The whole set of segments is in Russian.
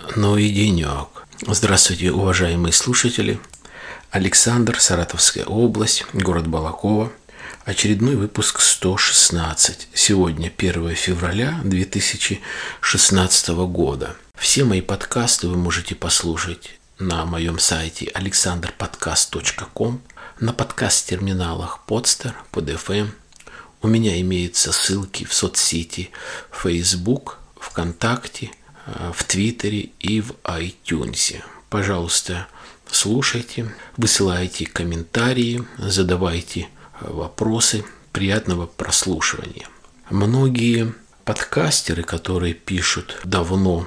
Ну и денек. Здравствуйте, уважаемые слушатели. Александр, Саратовская область, город Балаково. Очередной выпуск 116. Сегодня 1 февраля 2016 года. Все мои подкасты вы можете послушать на моем сайте alexanderpodcast.com, на подкаст-терминалах Podster, PodFM. У меня имеются ссылки в соцсети Facebook, ВКонтакте, в Твиттере и в iTunes. Пожалуйста, слушайте, высылайте комментарии, задавайте вопросы. Приятного прослушивания. Многие подкастеры, которые пишут давно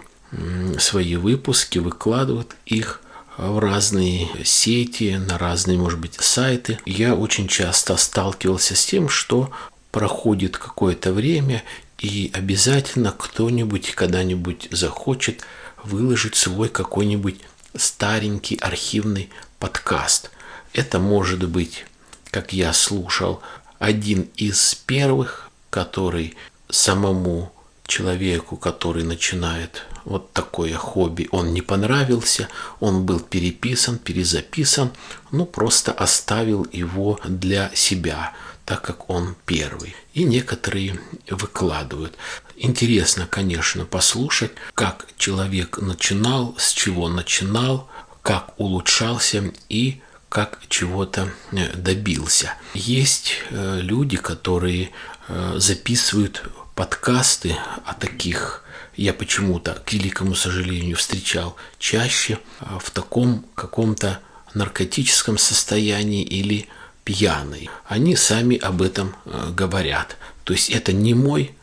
свои выпуски, выкладывают их в разные сети, на разные, может быть, сайты. Я очень часто сталкивался с тем, что проходит какое-то время, и обязательно кто-нибудь когда-нибудь захочет выложить свой какой-нибудь старенький архивный подкаст. Это может быть, как я слушал, один из первых, который самому человеку, который начинает вот такое хобби, он не понравился, он был переписан, перезаписан, просто оставил его для себя, так как он первый. И некоторые выкладывают. Интересно, конечно, послушать, как человек начинал, с чего начинал, как улучшался и как чего-то добился. Есть люди, которые записывают подкасты, а таких я почему-то, к великому сожалению, встречал чаще в таком каком-то наркотическом состоянии или пьяный. Они сами об этом говорят. То есть это не мой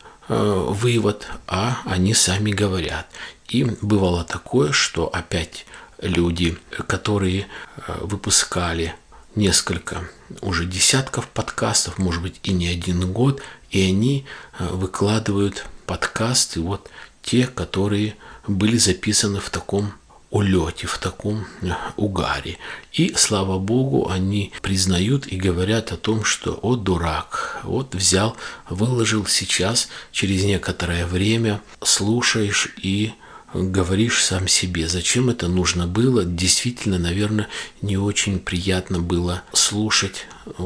вывод, а они сами говорят. И бывало такое, что опять люди, которые выпускали несколько, уже десятков подкастов, может быть и не один год, и они выкладывают подкасты, вот те, которые были записаны в таком улете, в таком угаре. И, слава Богу, они признают и говорят о том, что дурак, взял, выложил сейчас, через некоторое время слушаешь и говоришь сам себе, зачем это нужно было. Действительно, наверное, не очень приятно было слушать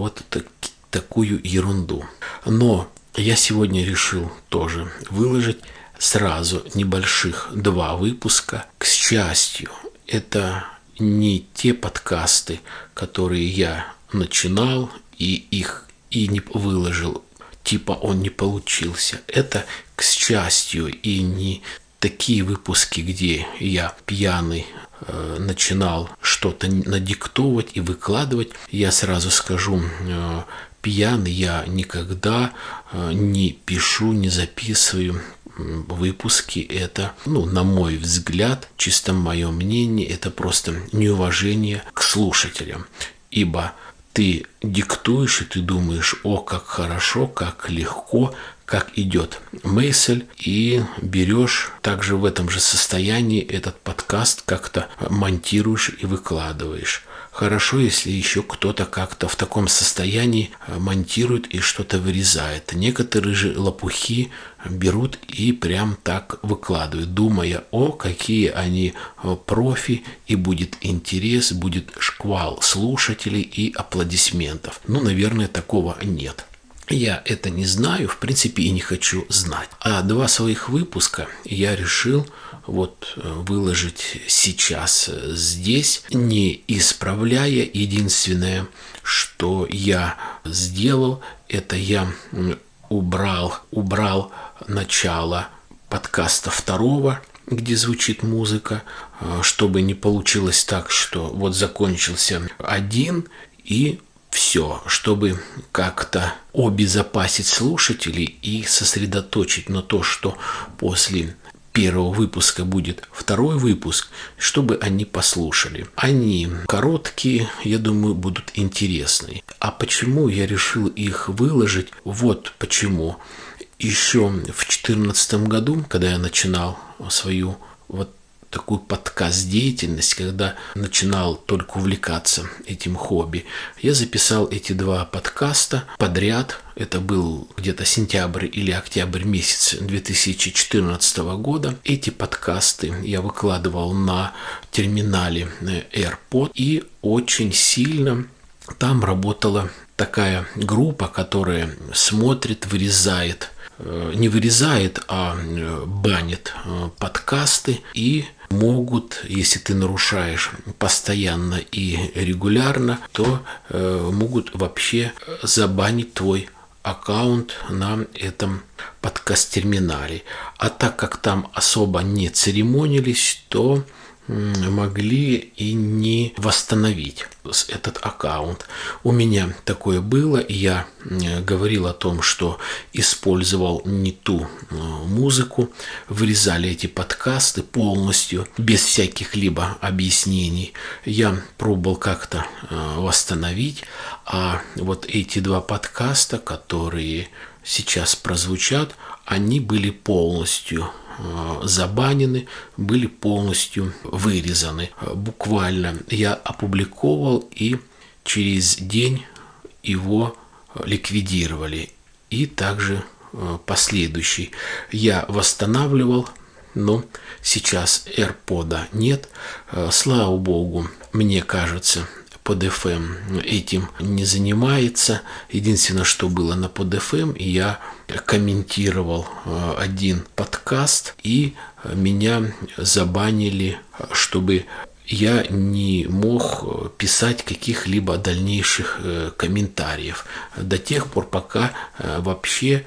такую ерунду. Но я сегодня решил тоже выложить сразу небольших 2 выпуска. К счастью, это не те подкасты, которые я начинал и их и не выложил, типа он не получился. Это, к счастью, и не такие выпуски, где я пьяный начинал что-то надиктовывать и выкладывать. Я сразу скажу, пьяный я никогда не пишу, не записываю выпуски. Это, на мой взгляд, чисто мое мнение, это просто неуважение к слушателям. Ибо ты диктуешь, и ты думаешь, как хорошо, как легко, как идет мысль, и берешь также в этом же состоянии этот подкаст, как-то монтируешь и выкладываешь. Хорошо, если еще кто-то как-то в таком состоянии монтирует и что-то вырезает. Некоторые же лопухи берут и прям так выкладывают, думая, какие они профи, и будет интерес, будет шквал слушателей и аплодисментов. Наверное, такого нет. Я это не знаю, в принципе, и не хочу знать. А 2 своих выпуска я решил выложить сейчас здесь, не исправляя. Единственное, что я сделал, это я убрал начало подкаста 2, где звучит музыка, чтобы не получилось так, что закончился 1 и все, чтобы как-то обезопасить слушателей и сосредоточить на то, что после 1 выпуска будет 2 выпуск, чтобы они послушали. Они короткие, я думаю, будут интересные. А почему я решил их выложить? Почему. Еще в 2014 году, когда я начинал свою такую подкаст-деятельность, когда начинал только увлекаться этим хобби. Я записал эти 2 подкаста подряд. Это был где-то сентябрь или октябрь месяц 2014 года. Эти подкасты я выкладывал на терминале AirPod, и очень сильно там работала такая группа, которая смотрит, вырезает, не вырезает, а банит подкасты, и могут, если ты нарушаешь постоянно и регулярно, то могут вообще забанить твой аккаунт на этом подкаст-терминале. А так как там особо не церемонились, то могли и не восстановить этот аккаунт. У меня такое было, и я говорил о том, что использовал не ту музыку, вырезали эти подкасты полностью, без всяких либо объяснений. Я пробовал как-то восстановить, а вот эти 2 подкаста, которые сейчас прозвучат, они были полностью забанены, были полностью вырезаны. Буквально я опубликовал, и через день его ликвидировали. И также последующий я восстанавливал, но сейчас AirPod нет. Слава богу, мне кажется, PodFM этим не занимается. Единственное, что было на PodFM, я комментировал один подкаст, и меня забанили, чтобы я не мог писать каких-либо дальнейших комментариев до тех пор, пока вообще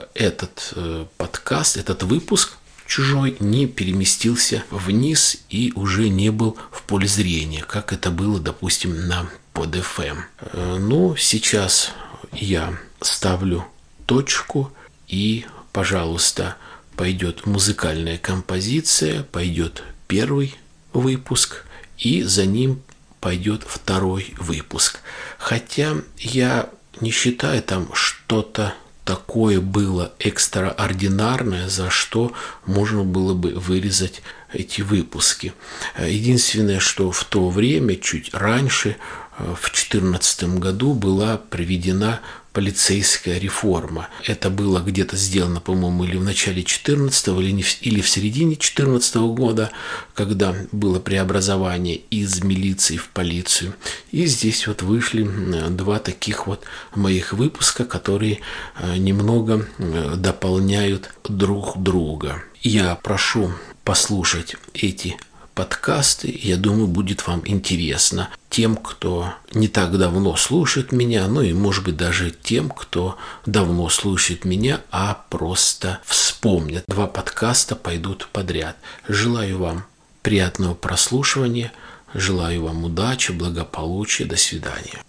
этот подкаст, этот выпуск чужой не переместился вниз и уже не был в поле зрения, как это было, допустим, на PodFM. Ну, сейчас я ставлю точку, и, пожалуйста, пойдет музыкальная композиция, пойдет 1 выпуск, и за ним пойдет 2 выпуск. Хотя я не считаю там что-то такое было экстраординарное, за что можно было бы вырезать эти выпуски. Единственное, что в то время, чуть раньше, в 2014 году, была проведена полицейская реформа. Это было где-то сделано, по-моему, или в начале 2014 или в середине 2014 года, когда было преобразование из милиции в полицию. И здесь вот вышли 2 таких вот моих выпуска, которые немного дополняют друг друга. Я прошу послушать эти подкасты. Я думаю, будет вам интересно. Тем, кто не так давно слушает меня, ну и, может быть, даже тем, кто давно слушает меня, а просто вспомнит. 2 подкаста пойдут подряд. Желаю вам приятного прослушивания. Желаю вам удачи, благополучия. До свидания.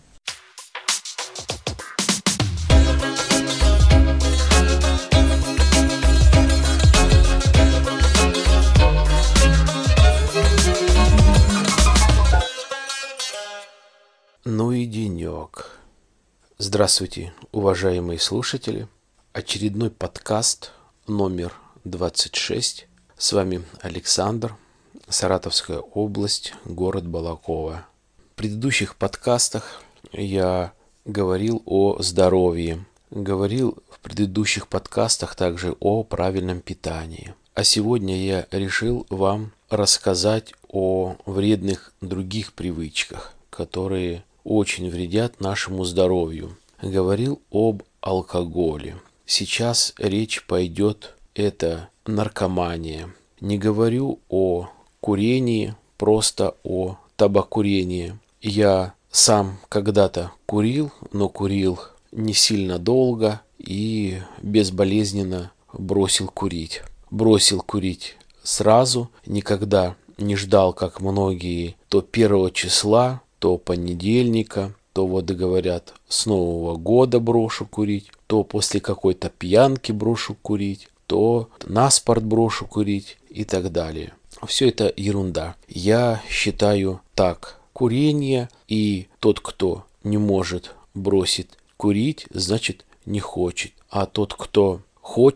Ну и денек. Здравствуйте, уважаемые слушатели. Очередной подкаст номер 26. С вами Александр, Саратовская область, город Балаково. В предыдущих подкастах я говорил о здоровье. Говорил в предыдущих подкастах также о правильном питании. А сегодня я решил вам рассказать о вредных других привычках, которые очень вредят нашему здоровью. Говорил об алкоголе. Сейчас речь пойдет это наркомания. Не говорю о курении, просто о табакурении. Я сам когда-то курил, но курил не сильно долго и безболезненно бросил курить. Бросил курить сразу, никогда не ждал, как многие, то 1 числа, то понедельника, то вот говорят, с Нового года брошу курить, то после какой-то пьянки брошу курить, то на спорт брошу курить и так далее. Все это ерунда. Я считаю так: курение, и тот, кто не может бросить курить, значит не хочет. А тот, кто хочет,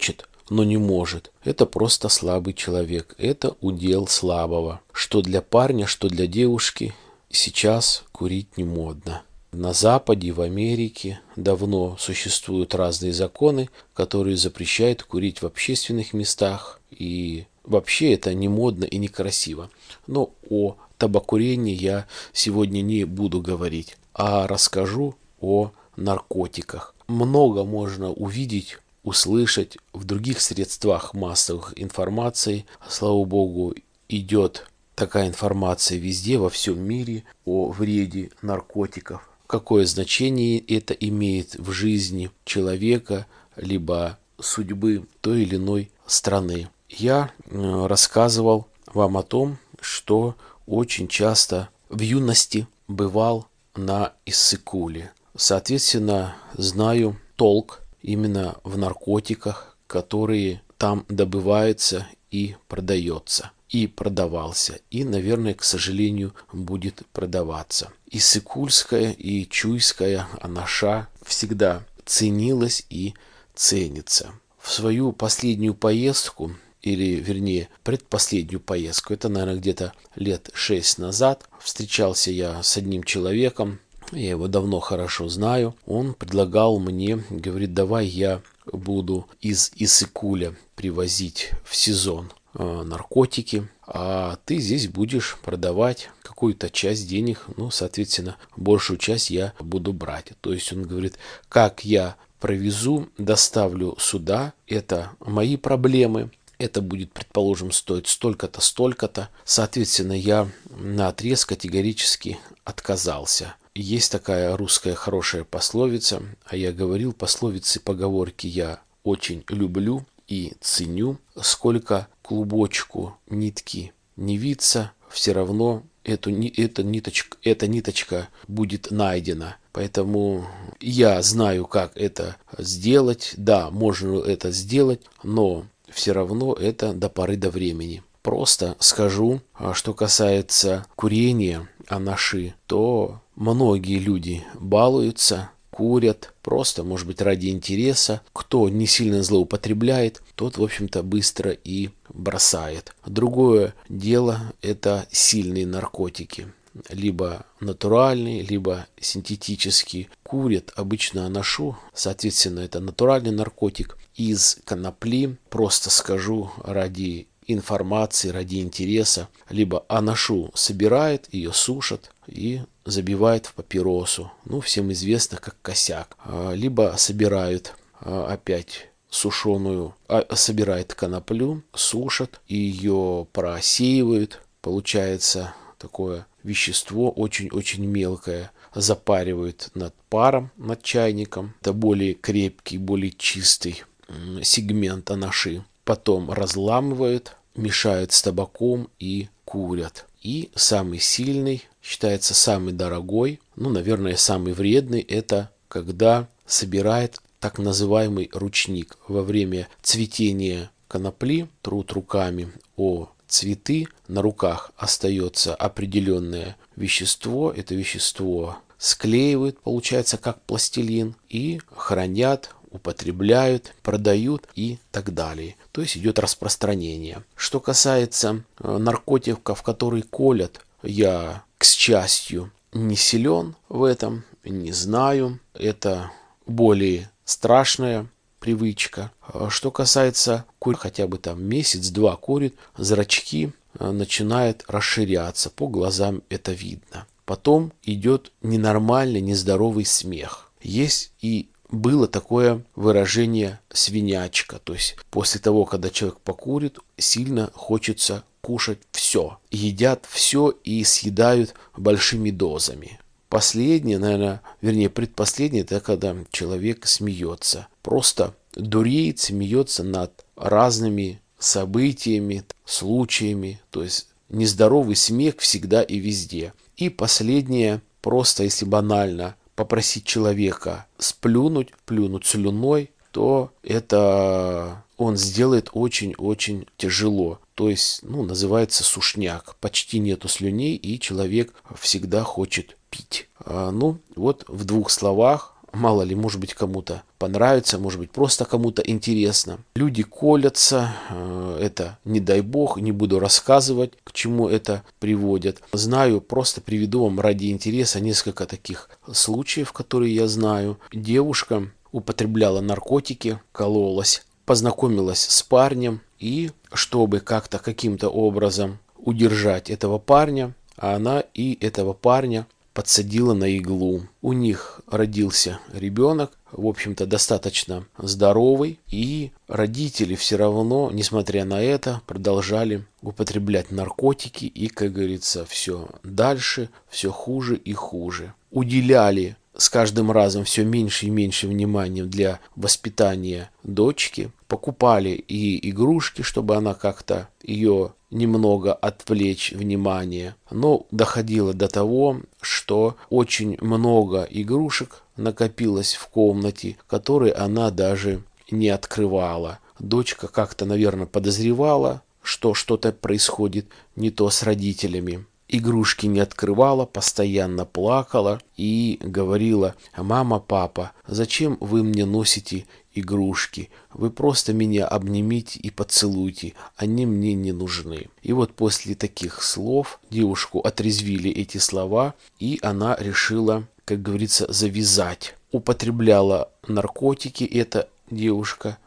но не может. Это просто слабый человек. Это удел слабого. Что для парня, что для девушки сейчас курить не модно. На Западе, в Америке давно существуют разные законы, которые запрещают курить в общественных местах. И вообще это не модно и не красиво. Но о табакурении я сегодня не буду говорить, а расскажу о наркотиках. Много можно увидеть, услышать в других средствах массовых информации. Слава богу, идет такая информация везде, во всем мире о вреде наркотиков. Какое значение это имеет в жизни человека, либо судьбы той или иной страны. Я рассказывал вам о том, что очень часто в юности бывал на Иссык-Куле. Соответственно, знаю толк именно в наркотиках, которые там добываются и продается. И продавался, и, наверное, к сожалению, будет продаваться. Иссык-Кульская и Чуйская анаша всегда ценилась и ценится. В свою последнюю поездку, или, вернее, предпоследнюю поездку, это, наверное, где-то лет 6 назад, встречался я с одним человеком, я его давно хорошо знаю. Он предлагал мне, говорит, давай я буду из Иссык-Куля привозить в сезон наркотики, а ты здесь будешь продавать какую-то часть денег, ну, соответственно, большую часть я буду брать. То есть он говорит, как я провезу, доставлю сюда, это мои проблемы, это будет, предположим, стоить столько-то, столько-то. Соответственно, я наотрез категорически отказался. Есть такая русская хорошая пословица, а я говорил, пословицы, поговорки я очень люблю и ценю. Сколько клубочку нитки не виться, все равно эта ниточка будет найдена. Поэтому я знаю, как это сделать. Да, можно это сделать, но все равно это до поры до времени. Просто скажу, что касается курения анаши, то многие люди балуются, курят, просто, может быть, ради интереса. Кто не сильно злоупотребляет, тот, в общем-то, быстро и бросает. Другое дело – это сильные наркотики. Либо натуральные, либо синтетические. Курят обычно анашу, соответственно, это натуральный наркотик из конопли. Просто скажу ради информации, ради интереса. Либо анашу собирает, ее сушат и забивают в папиросу. Ну, всем известно, как косяк. Либо собирают опять сушеную, собирают коноплю, сушат, ее просеивают. Получается такое вещество очень-очень мелкое. Запаривают над паром, над чайником. Это более крепкий, более чистый сегмент анаши. Потом разламывают, мешают с табаком и курят. И самый сильный, считается самый дорогой, ну, наверное, самый вредный, это когда собирает так называемый ручник. Во время цветения конопли трут руками о цветы, на руках остается определенное вещество. Это вещество склеивают, получается, как пластилин, и хранят, употребляют, продают и так далее. То есть идет распространение. Что касается наркотиков, которые колят, я, к счастью, не силен в этом, не знаю. Это более страшная привычка. Что касается курить, хотя бы там месяц-два курит, зрачки начинают расширяться, по глазам это видно. Потом идет ненормальный, нездоровый смех. Есть и было такое выражение свинячка, то есть после того, когда человек покурит, сильно хочется кушать все. Едят все и съедают большими дозами. Последнее, наверное, вернее предпоследнее, это когда человек смеется. Просто дуреет, смеется над разными событиями, случаями. То есть нездоровый смех всегда и везде. И последнее, просто если банально попросить человека плюнуть слюной, то это он сделает очень-очень тяжело. То есть, называется сушняк. Почти нету слюней, и человек всегда хочет пить. Вот в двух словах, мало ли, может быть, кому-то понравится, может быть, просто кому-то интересно. Люди колятся, это не дай бог, не буду рассказывать, к чему это приводит. Знаю, просто приведу вам ради интереса несколько таких случаев, которые я знаю. Девушка употребляла наркотики, кололась, познакомилась с парнем, и чтобы как-то каким-то образом удержать этого парня, она и этого парня подсадила на иглу. У них родился ребенок, в общем-то, достаточно здоровый, и родители все равно, несмотря на это, продолжали употреблять наркотики, и, как говорится, все дальше, все хуже и хуже. Уделяли с каждым разом все меньше и меньше внимания для воспитания дочки, покупали и игрушки, чтобы она как-то ее немного отвлечь внимание. Но доходило до того, что очень много игрушек накопилось в комнате, которые она даже не открывала. Дочка как-то, наверное, подозревала, что что-то происходит не то с родителями. Игрушки не открывала, постоянно плакала и говорила: «Мама, папа, зачем вы мне носите игрушки? Вы просто меня обнимите и поцелуйте, они мне не нужны». И вот после таких слов девушку отрезвили эти слова, и она решила, как говорится, завязать. Употребляла наркотики эта девушка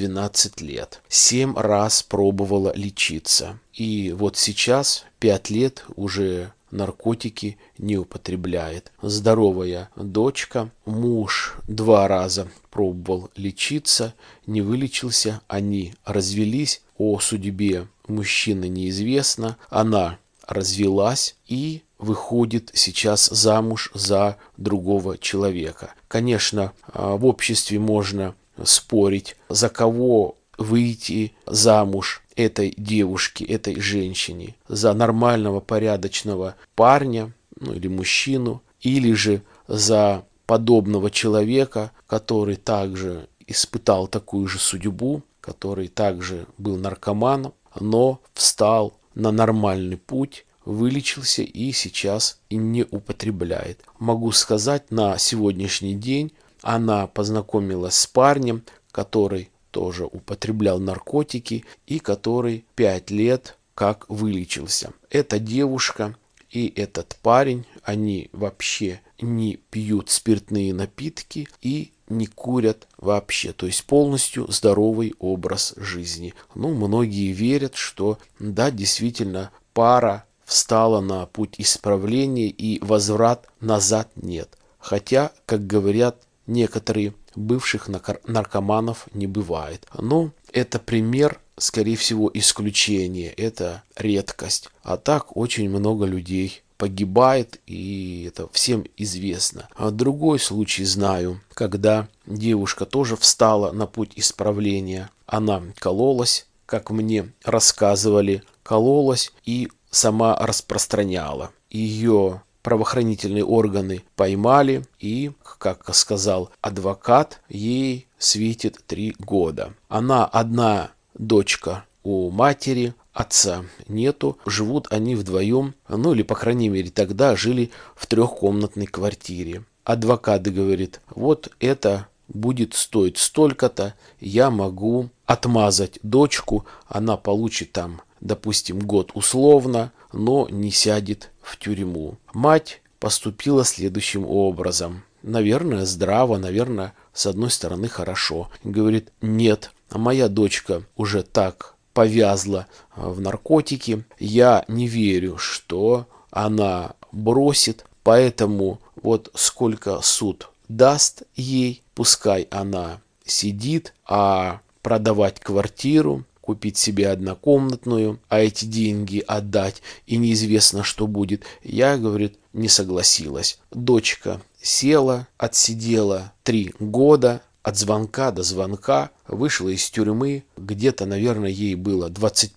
12 лет. 7 раз пробовала лечиться. И вот сейчас 5 лет уже наркотики не употребляет. Здоровая дочка. Муж 2 раза пробовал лечиться, не вылечился. Они развелись. О судьбе мужчины неизвестно. Она развелась и выходит сейчас замуж за другого человека. Конечно, в обществе можно спорить, за кого выйти замуж этой девушке, этой женщине. За нормального, порядочного парня, или мужчину, или же за подобного человека, который также испытал такую же судьбу, который также был наркоманом, но встал на нормальный путь, вылечился и сейчас не употребляет. Могу сказать, на сегодняшний день она познакомилась с парнем, который тоже употреблял наркотики и который 5 лет как вылечился. Эта девушка и этот парень, они вообще не пьют спиртные напитки и не курят вообще. То есть полностью здоровый образ жизни. Многие верят, что да, действительно, пара встала на путь исправления и возврат назад нет. Хотя, как говорят некоторые, бывших наркоманов не бывает. Но это пример, скорее всего, исключение, это редкость. А так очень много людей погибает, и это всем известно. А другой случай знаю, когда девушка тоже встала на путь исправления. Она кололась, как мне рассказывали, кололась и сама распространяла. Ее правоохранительные органы поймали, и, как сказал адвокат, ей светит 3 года. Она одна дочка у матери, отца нету, живут они вдвоем, или, по крайней мере, тогда жили в 3-комнатной квартире. Адвокат говорит: вот это будет стоить столько-то, я могу отмазать дочку, она получит там, допустим, год условно, но не сядет в тюрьму. Мать поступила следующим образом. Наверное, здраво, наверное, с одной стороны, хорошо. Говорит: нет, моя дочка уже так повязла в наркотики, я не верю, что она бросит, поэтому вот сколько суд даст ей, пускай она сидит, а продавать квартиру, купить себе однокомнатную, а эти деньги отдать, и неизвестно, что будет, я, говорит, не согласилась. Дочка села, отсидела 3 года, от звонка до звонка, вышла из тюрьмы, где-то, наверное, ей было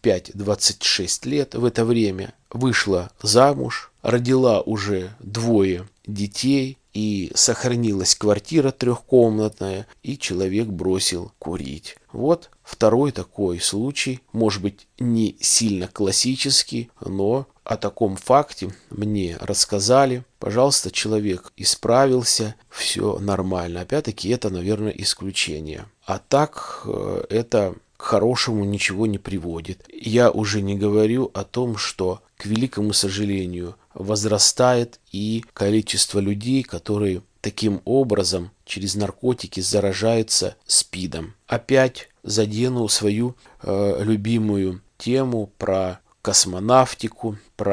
25-26 лет в это время, вышла замуж, родила уже 2 детей, и сохранилась квартира трехкомнатная, и человек бросил курить. Вот второй такой случай, может быть, не сильно классический, но о таком факте мне рассказали. Пожалуйста, человек исправился, все нормально. Опять-таки, это, наверное, исключение. А так, это к хорошему ничего не приводит. Я уже не говорю о том, что, к великому сожалению, возрастает и количество людей, которые таким образом через наркотики заражаются СПИДом. Опять задену свою любимую тему про космонавтику,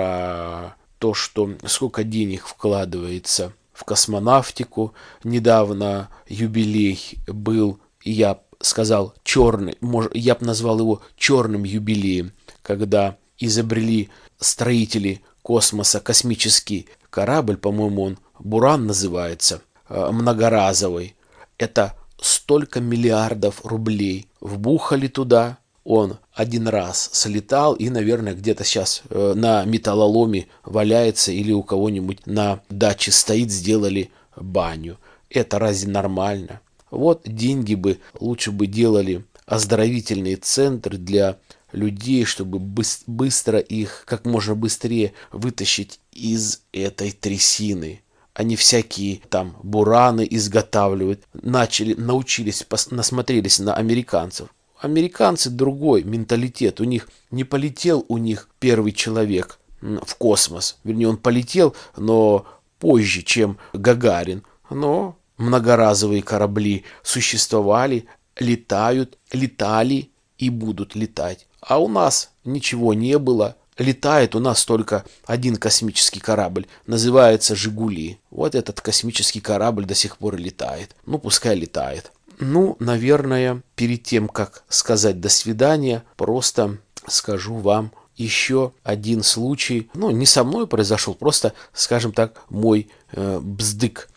про то, что сколько денег вкладывается в космонавтику. Недавно юбилей был, я сказал, черный, я бы назвал его черным юбилеем, когда изобрели строители космоса космический корабль, по-моему, он «Буран» называется, многоразовый. Это столько миллиардов рублей вбухали туда. Он один раз слетал и, наверное, где-то сейчас на металлоломе валяется или у кого-нибудь на даче стоит, сделали баню. Это разве нормально? Вот деньги бы лучше бы делали оздоровительные центры для людей, чтобы быстро их, как можно быстрее вытащить из этой трясины. Они всякие там бураны изготавливают, научились, насмотрелись на американцев. Американцы другой менталитет, у них не полетел у них первый человек в космос. Вернее, он полетел, но позже, чем Гагарин. Но многоразовые корабли существовали, летают, летали и будут летать. А у нас ничего не было. Летает у нас только один космический корабль. Называется «Жигули». Вот этот космический корабль до сих пор летает. Ну, пускай летает. Ну, наверное, перед тем, как сказать «до свидания», просто скажу вам еще один случай. Ну, не со мной произошел, просто, скажем так, мой бздык.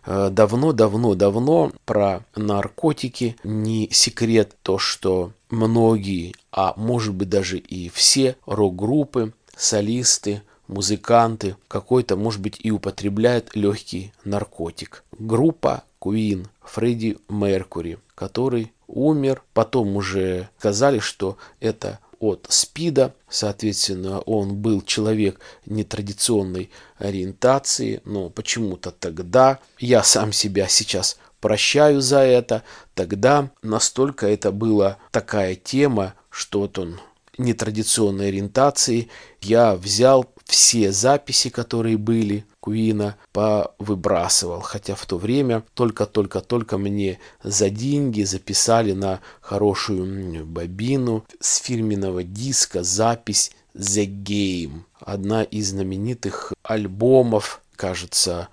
Давно про наркотики. Не секрет то, что многие, а может быть даже и все рок-группы, солисты, музыканты какой-то, может быть, и употребляют легкий наркотик. Группа Queen, Фредди Меркьюри, который умер, потом уже сказали, что это от СПИДа, соответственно, он был человек нетрадиционной ориентации, но почему-то тогда, я сам себя сейчас прощаю за это, тогда настолько это была такая тема, что вот он нетрадиционной ориентации, я взял все записи, которые были Куина, повыбрасывал, хотя в то время только мне за деньги записали на хорошую бобину с фирменного диска запись The Game, одна из знаменитых альбомов, кажется,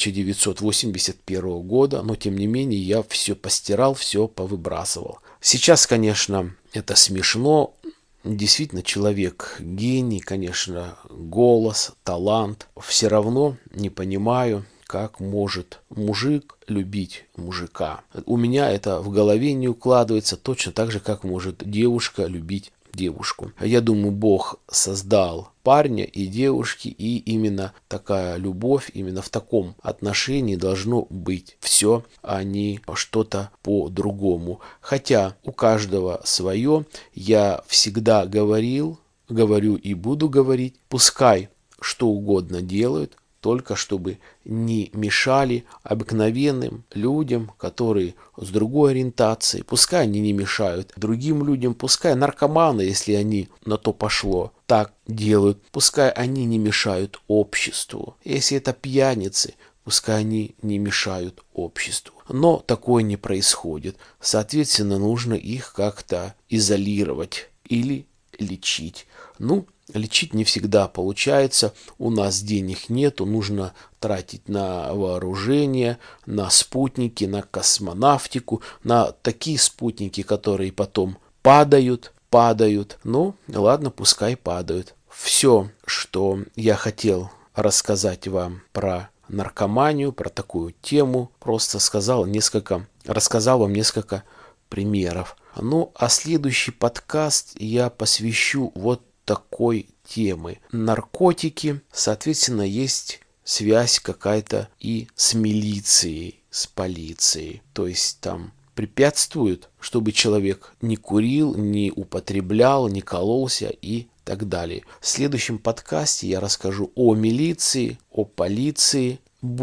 1981 года, но тем не менее я все постирал, все повыбрасывал. Сейчас, конечно, это смешно. Действительно, человек гений, конечно, голос, талант. Все равно не понимаю, как может мужик любить мужика. У меня это в голове не укладывается точно так же, как может девушка любить девушку. Я думаю, Бог создал парня и девушки, и именно такая любовь, именно в таком отношении должно быть все, а не что-то по-другому. Хотя у каждого свое, я всегда говорю и буду говорить, пускай что угодно делают, только чтобы не мешали обыкновенным людям, которые с другой ориентацией. Пускай они не мешают другим людям, пускай наркоманы, если они на то пошло, так делают. Пускай они не мешают обществу. Если это пьяницы, пускай они не мешают обществу. Но такое не происходит. Соответственно, нужно их как-то изолировать или лечить. Лечить не всегда получается, у нас денег нету, нужно тратить на вооружение, на спутники, на космонавтику, на такие спутники, которые потом падают. Ну, ладно, пускай падают. Все, что я хотел рассказать вам про наркоманию, про такую тему, просто рассказал вам несколько примеров. Ну, а следующий подкаст я посвящу вот такой темы. Наркотики, соответственно, есть связь какая-то и с милицией, с полицией. То есть там препятствуют, чтобы человек не курил, не употреблял, не кололся и так далее. В следующем подкасте я расскажу о милиции, о полиции.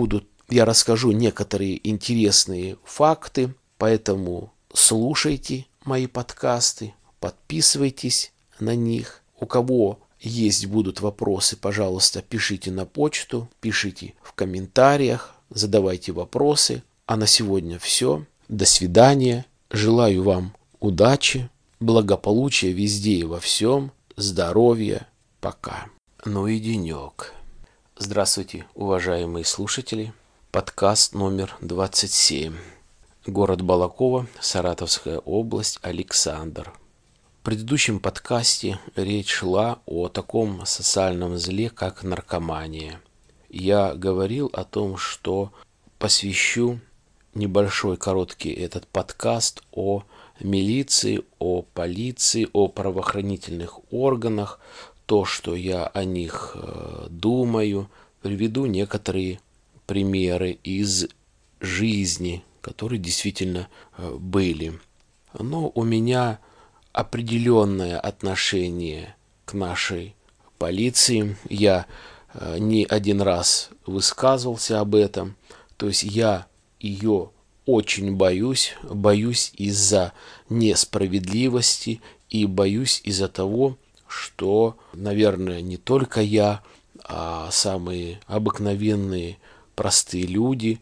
Я расскажу некоторые интересные факты, поэтому слушайте мои подкасты, подписывайтесь на них. У кого будут вопросы, пожалуйста, пишите на почту, пишите в комментариях, задавайте вопросы. А на сегодня все. До свидания. Желаю вам удачи, благополучия везде и во всем, здоровья. Пока. Ну и денек. Здравствуйте, уважаемые слушатели. Подкаст номер 27. Город Балаково, Саратовская область, Александр. В предыдущем подкасте речь шла о таком социальном зле, как наркомания. Я говорил о том, что посвящу небольшой короткий этот подкаст о милиции, о полиции, о правоохранительных органах, то, что я о них думаю, приведу некоторые примеры из жизни, которые действительно были. Но у меня определенное отношение к нашей полиции. Я не один раз высказывался об этом. То есть я ее очень боюсь из-за несправедливости и боюсь из-за того, что, наверное, не только я, а самые обыкновенные простые люди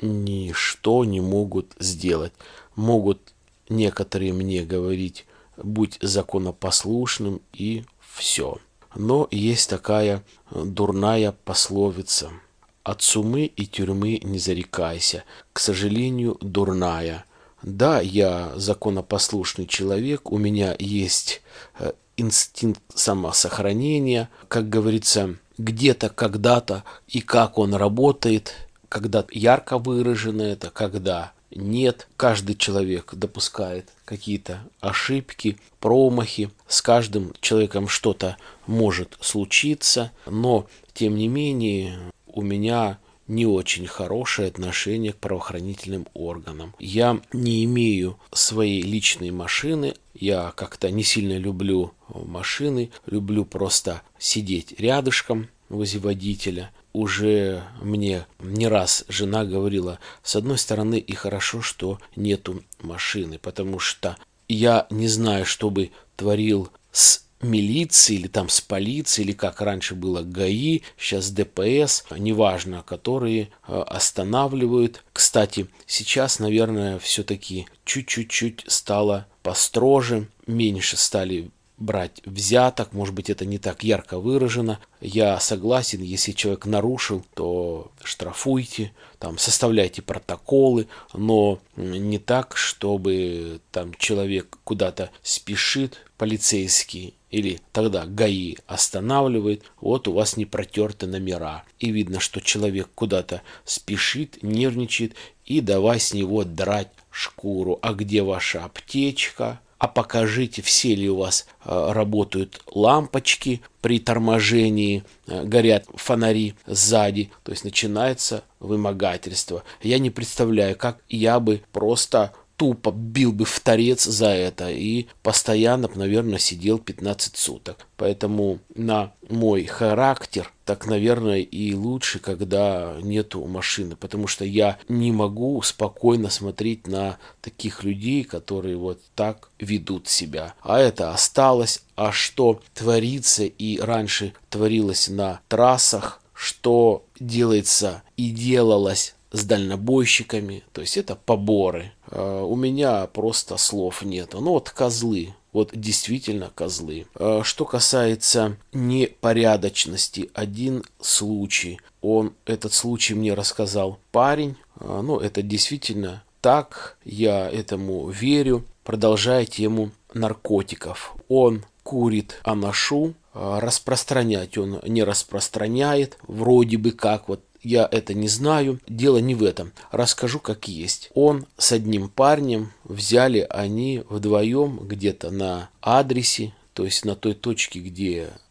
ничто не могут сделать. Могут некоторые мне говорить: будь законопослушным и все. Но есть такая дурная пословица: от сумы и тюрьмы не зарекайся. К сожалению, дурная. Да, я законопослушный человек, у меня есть инстинкт самосохранения. Как говорится, где-то, когда-то и как он работает, когда ярко выражено это, когда нет. Каждый человек допускает какие-то ошибки, промахи. С каждым человеком что-то может случиться, но, тем не менее, у меня не очень хорошее отношение к правоохранительным органам. Я не имею своей личной машины, я как-то не сильно люблю машины, люблю просто сидеть рядышком возле водителя. Уже мне не раз жена говорила: с одной стороны и хорошо, что нету машины, потому что я не знаю, что бы творил с милиции или там с полицией, или как раньше было ГАИ, сейчас ДПС, неважно, которые останавливают. Кстати, сейчас, наверное, все-таки чуть-чуть стало построже, меньше стали брать взяток, может быть, это не так ярко выражено. Я согласен, если человек нарушил, то штрафуйте, там, составляйте протоколы, но не так, чтобы там человек куда-то спешит, полицейский, или тогда ГАИ останавливает, вот у вас не протерты номера. И видно, что человек куда-то спешит, нервничает, и давай с него драть шкуру. А где ваша аптечка? А покажите, все ли у вас работают лампочки при торможении, горят фонари сзади. То есть начинается вымогательство. Я не представляю, как я бы просто тупо бил бы в торец за это и постоянно, наверное, сидел 15 суток. Поэтому на мой характер так, наверное, и лучше, когда нету машины, потому что я не могу спокойно смотреть на таких людей, которые вот так ведут себя. А это осталось. А что творится и раньше творилось на трассах, что делается и делалось с дальнобойщиками, то есть это поборы. У меня просто слов нету. Ну вот козлы, вот действительно козлы. Что касается непорядочности, один случай. Этот случай мне рассказал парень. Ну это действительно так, я этому верю. Продолжая тему наркотиков. Он курит анашу, распространять он не распространяет, вроде бы как вот. Я это не знаю. Дело не в этом. Расскажу как есть. Он с одним парнем, взяли они вдвоем где-то на адресе, то есть на той точке, где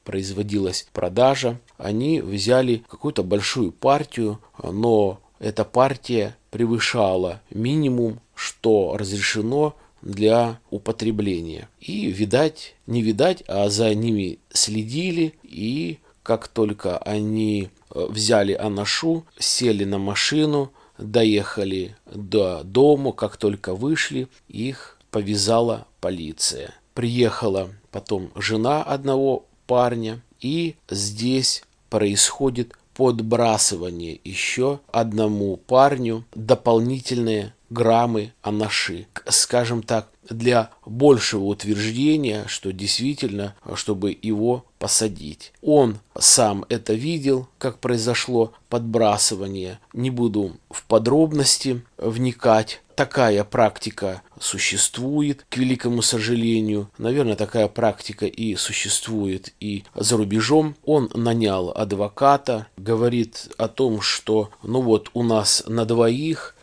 производилась продажа, они взяли какую-то большую партию, но эта партия превышала минимум, что разрешено для употребления. И видать, не видать, а за ними следили, и как только они взяли анашу, сели на машину, доехали до дома, как только вышли, их повязала полиция. Приехала потом жена одного парня, и здесь происходит подбрасывание еще одному парню дополнительные граммы анаши. Скажем так, для большего утверждения, что действительно, чтобы его посадить. Он сам это видел, как произошло подбрасывание. Не буду в подробности вникать. Такая практика существует, к великому сожалению. Наверное, такая практика и существует и за рубежом. Он нанял адвоката, говорит о том, что у нас на двоих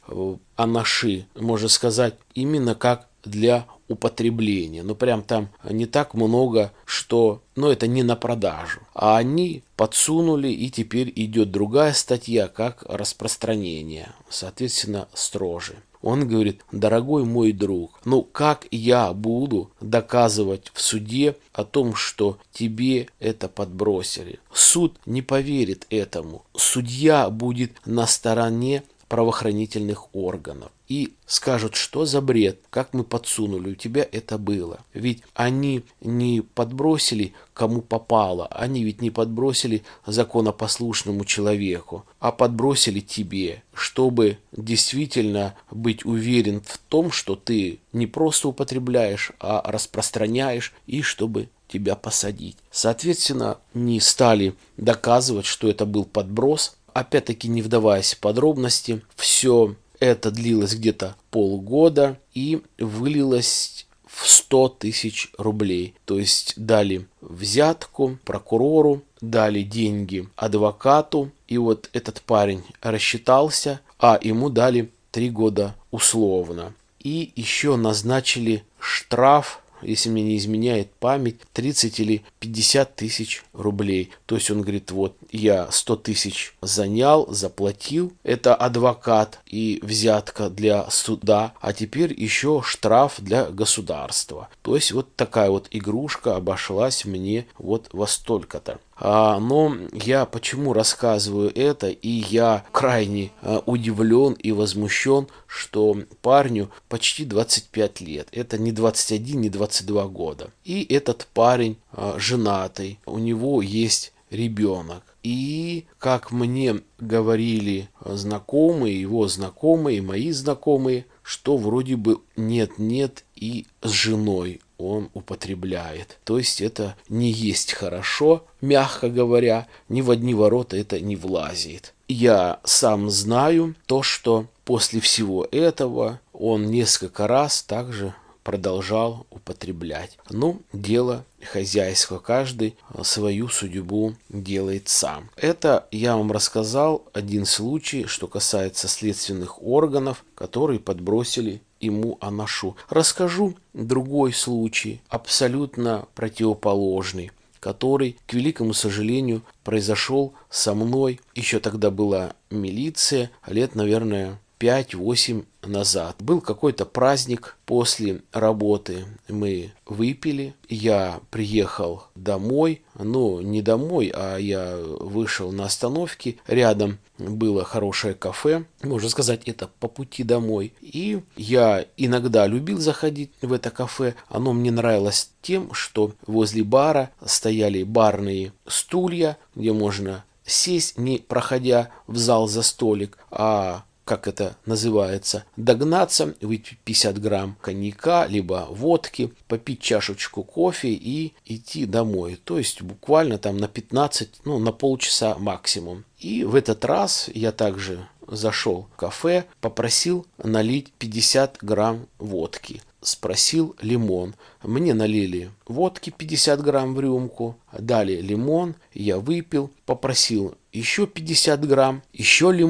анаши, можно сказать, именно как для употребления. Прям там не так много, что, это не на продажу. А они подсунули, и теперь идет другая статья, как распространение. Соответственно, строже. Он говорит: дорогой мой друг, как я буду доказывать в суде о том, что тебе это подбросили? Суд не поверит этому. Судья будет на стороне правоохранительных органов и скажут, что за бред, как мы подсунули, у тебя это было. Ведь они не подбросили кому попало, они ведь не подбросили законопослушному человеку, а подбросили тебе, чтобы действительно быть уверен в том, что ты не просто употребляешь, а распространяешь, и чтобы тебя посадить. Соответственно, не стали доказывать, что это был подброс. Опять-таки, не вдаваясь в подробности, все это длилось где-то полгода и вылилось в 100 тысяч рублей. То есть дали взятку прокурору, дали деньги адвокату, и этот парень рассчитался, а ему дали 3 года условно. И еще назначили штраф, если мне не изменяет память, 30 или 50 тысяч рублей. То есть он говорит: я 100 тысяч занял, заплатил, это адвокат и взятка для суда, а теперь еще штраф для государства. То есть такая игрушка обошлась мне во столько-то. Но я почему рассказываю это, и я крайне удивлен и возмущен, что парню почти 25 лет. Это не 21, не 22 года. И этот парень женатый, у него есть ребенок. И, как мне говорили знакомые, его знакомые, мои знакомые, что вроде бы нет-нет и с женой он употребляет. То есть это не есть хорошо, мягко говоря, ни в одни ворота это не влазит. Я сам знаю то, что после всего этого он несколько раз также продолжал употреблять. Дело хозяйское, каждый свою судьбу делает сам. Это я вам рассказал один случай, что касается следственных органов, которые подбросили ему анашу. Расскажу другой случай, абсолютно противоположный, который, к великому сожалению, произошел со мной. Еще тогда была милиция, лет, наверное, 5-8 назад. Был какой-то праздник после работы. Мы выпили. Я приехал домой. Не домой, а я вышел на остановке. Рядом было хорошее кафе. Можно сказать, это по пути домой. И я иногда любил заходить в это кафе. Оно мне нравилось тем, что возле бара стояли барные стулья, где можно сесть, не проходя в зал за столик, а как это называется, догнаться, выпить 50 грамм коньяка, либо водки, попить чашечку кофе и идти домой. То есть буквально там на 15, на полчаса максимум. И в этот раз я также зашел в кафе, попросил налить 50 грамм водки. Спросил лимон. Мне налили водки 50 грамм в рюмку, дали лимон, я выпил, попросил еще 50 грамм, еще лимон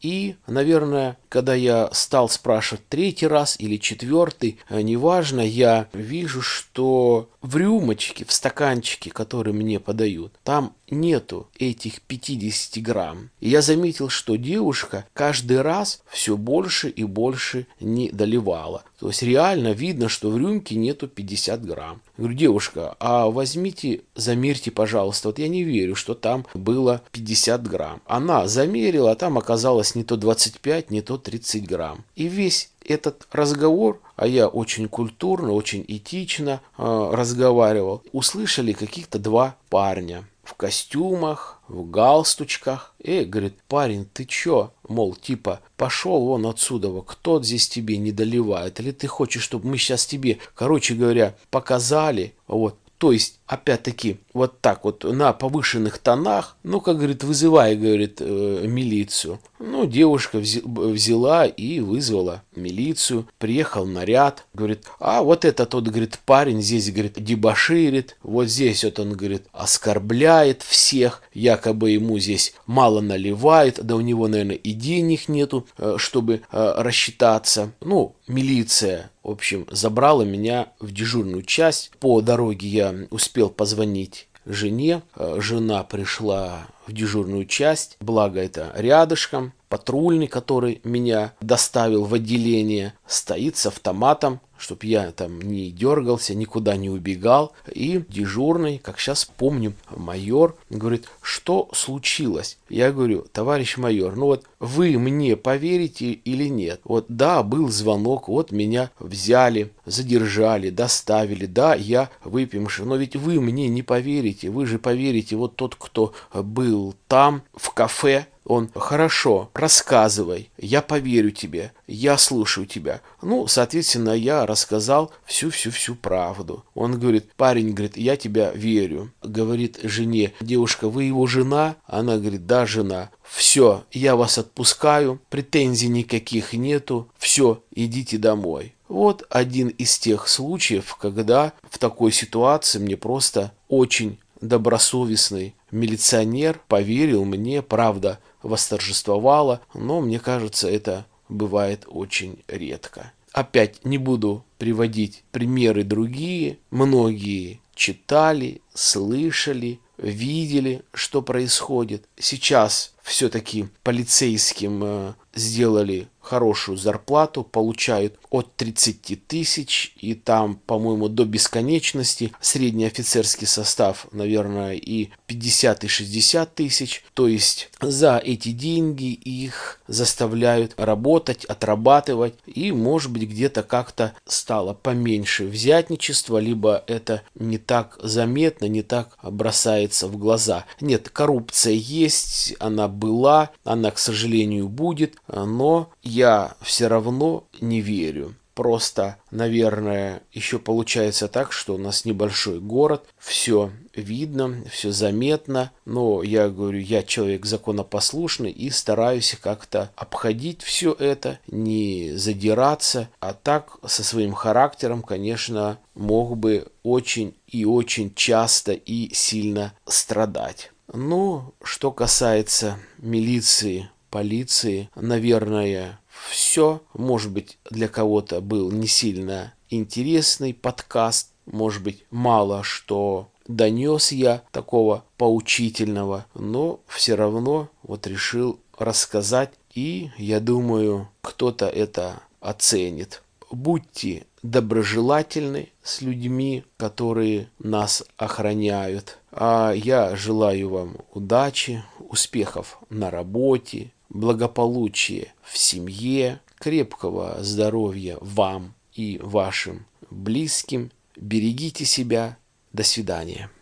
И, наверное, когда я стал спрашивать третий раз или четвертый, неважно, я вижу, что в рюмочке, в стаканчике, который мне подают, там нету этих 50 грамм. И я заметил, что девушка каждый раз все больше и больше не доливала. То есть реально видно, что в рюмке нету 50 грамм. Я говорю, девушка, а возьмите, замерьте, пожалуйста. Вот я не верю, что там было 50 грамм. Она замерила, а там оказалось не то 25, не то 30 грамм. И весь этот разговор, а я очень культурно, очень этично разговаривал, услышали каких-то два парня в костюмах, в галстучках. Говорит, парень, ты чё? Мол, типа, пошел вон отсюда, кто здесь тебе не доливает? Или ты хочешь, чтобы мы сейчас тебе, короче говоря, показали? Вот. То есть, опять-таки, вот так вот на повышенных тонах, как говорит, вызывай, говорит, милицию. Девушка взяла и вызвала милицию. Приехал наряд. Говорит, а вот это тот, говорит, парень здесь, говорит, дебоширит. Вот здесь вот он, говорит, оскорбляет всех. Якобы ему здесь мало наливает. Да у него, наверное, и денег нету, чтобы рассчитаться. Милиция, в общем, забрала меня в дежурную часть. По дороге я успел позвонить жене. Жена пришла в дежурную часть. Благо это рядышком. Патрульный, который меня доставил в отделение, стоит с автоматом, чтобы я там не дергался, никуда не убегал. И дежурный, как сейчас помню, майор, говорит, что случилось? Я говорю, товарищ майор, вы мне поверите или нет? Да, был звонок, меня взяли, задержали, доставили, да, я выпивший, но ведь вы мне не поверите, вы же поверите, тот, кто был там, в кафе, он, хорошо, рассказывай, я поверю тебе, я слушаю тебя. Соответственно, я рассказал всю правду. Он говорит, парень, говорит, я тебя верю. Говорит жене, девушка, вы его жена? Она говорит, да, жена. Все, я вас отпускаю, претензий никаких нету, все, идите домой. Вот один из тех случаев, когда в такой ситуации мне просто очень добросовестный милиционер поверил мне, правда, восторжествовала, но мне кажется, это бывает очень редко. Опять не буду приводить примеры другие. Многие читали, слышали, видели, что происходит. Сейчас все-таки полицейским сделали хорошую зарплату, получают от 30 тысяч, и там, по-моему, до бесконечности. Средний офицерский состав, наверное, и 50 и 60 тысяч. То есть за эти деньги их заставляют работать, отрабатывать, и, может быть, где-то как-то стало поменьше взятничества, либо это не так заметно, не так бросается в глаза. Нет, коррупция есть, она была, она, к сожалению, будет, но я все равно не верю. Просто, наверное, еще получается так, что у нас небольшой город, все видно, все заметно, но я говорю, я человек законопослушный и стараюсь как-то обходить все это, не задираться, а так со своим характером, конечно, мог бы очень и очень часто и сильно страдать. Что касается милиции, полиции, наверное, все, может быть, для кого-то был не сильно интересный подкаст, может быть, мало что донес я такого поучительного, но все равно решил рассказать, и я думаю, кто-то это оценит. Будьте доброжелательны с людьми, которые нас охраняют. А я желаю вам удачи, успехов на работе, благополучия в семье, крепкого здоровья вам и вашим близким. Берегите себя. До свидания.